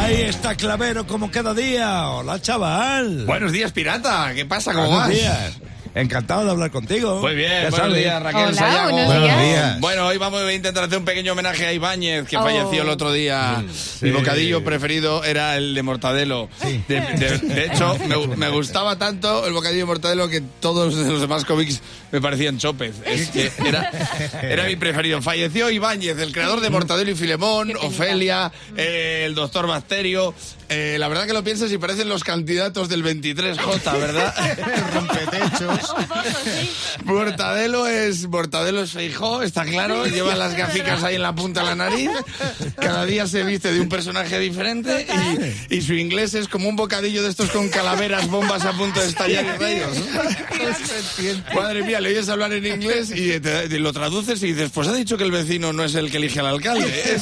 Ahí está Clavero como cada día. Hola, chaval. Buenos días, pirata. ¿Qué pasa? ¿Cómo Buenos vas? días. Encantado de hablar contigo. Muy bien, Ya buenos sabes. días, Raquel Hola, Sayago. buenos días. Bueno, hoy vamos a intentar hacer un pequeño homenaje a Ibáñez, que falleció el otro día. Mi bocadillo preferido era el de Mortadelo. Sí. De hecho, me gustaba tanto el bocadillo de Mortadelo que todos los demás cómics me parecían chopez. Es que era mi preferido. Falleció Ibáñez, el creador de Mortadelo y Filemón, Ofelia, el Doctor Bacterio. La verdad que lo piensas y parecen los candidatos del 23J, ¿verdad? Rompetechos. Un poco, sí. Mortadelo es Feijóo, está claro. Lleva las gaficas ahí en la punta de la nariz. Cada día se viste de un personaje diferente y su inglés es como un bocadillo de estos con calaveras, bombas a punto de estallar y rayos. Madre mía, le oyes hablar en inglés y lo traduces y dices, pues ha dicho que el vecino no es el que elige al alcalde.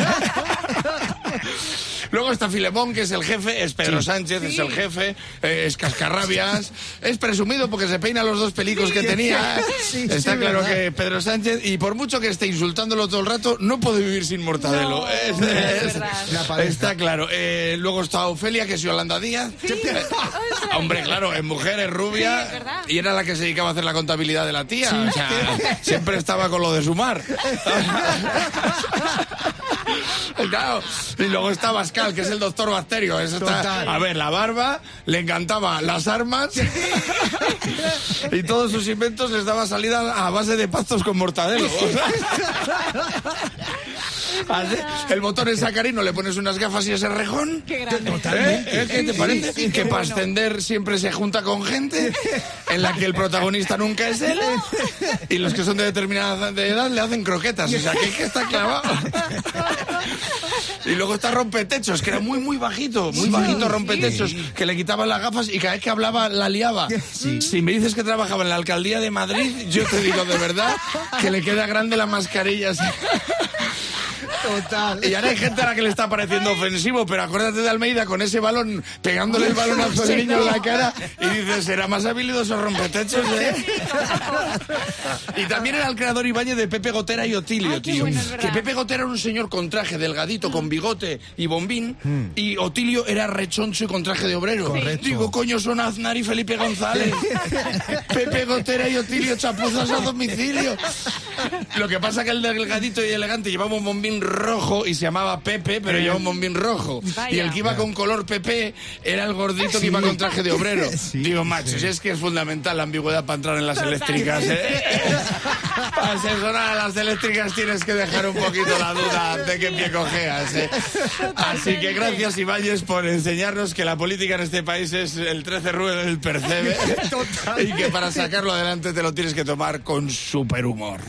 Luego está Filemón, que es el jefe, es Pedro Sánchez, es el jefe, es cascarrabias, es presumido porque se peina los dos pelicos que tenía. Está claro ¿verdad? que Pedro Sánchez, y por mucho que esté insultándolo todo el rato, no puede vivir sin Mortadelo. No, Es verdad. La pareja. está claro. Luego está Ofelia, que es Yolanda Díaz. Hombre, claro, es mujer, es rubia, Sí, es verdad. y era la que se dedicaba a hacer la contabilidad de la tía. O sea, siempre estaba con lo de sumar. Claro. Y luego está Bascal, que es el Doctor Bacterio. Eso está, Total. a ver, la barba, le encantaba las armas y todos sus inventos les daba salida a base de pactos con Mortadelo. Así, el botón es sacarino, le pones unas gafas y ese rejón. Qué grande. ¿Qué te parece? Que para ascender siempre se junta con gente en la que el protagonista nunca es él y los que son de determinada edad le hacen croquetas. O sea, que está clavado. Y luego está Rompetechos, que era muy bajito Rompetechos, que le quitaban las gafas y cada vez que hablaba la liaba. Si me dices que trabajaba en la alcaldía de Madrid, yo te digo de verdad que le queda grande la mascarilla. Total. Y ahora hay gente a la que le está pareciendo ofensivo, pero acuérdate de Almeida con ese balón, pegándole el balonazo al niño en la cara y dices, será más habilidoso Rompetechos, ¿eh? Y también era el creador Ibáñez de Pepe Gotera y Otilio, Ay, qué tío. bueno, es verdad. Que Pepe Gotera era un señor con traje delgadito, con bigote y bombín, y Otilio era rechoncho y con traje de obrero. Correcto. Digo, coño, son Aznar y Felipe González. Pepe Gotera y Otilio, chapuzas a domicilio. Lo que pasa que el delgadito y elegante llevaba un bombín rojo y se llamaba Pepe, pero llevaba un bombín rojo. Vaya. Y el que iba con color Pepe era el gordito que iba con traje de obrero. Sí. Digo, macho, si es que es fundamental la ambigüedad para entrar en las eléctricas, ¿eh? Para asesorar a las eléctricas tienes que dejar un poquito la duda de qué pie cojeas, ¿eh? Así que gracias, Ibáñez, por enseñarnos que la política en este país es el 13 ruedo del percebe y que para sacarlo adelante te lo tienes que tomar con superhumor.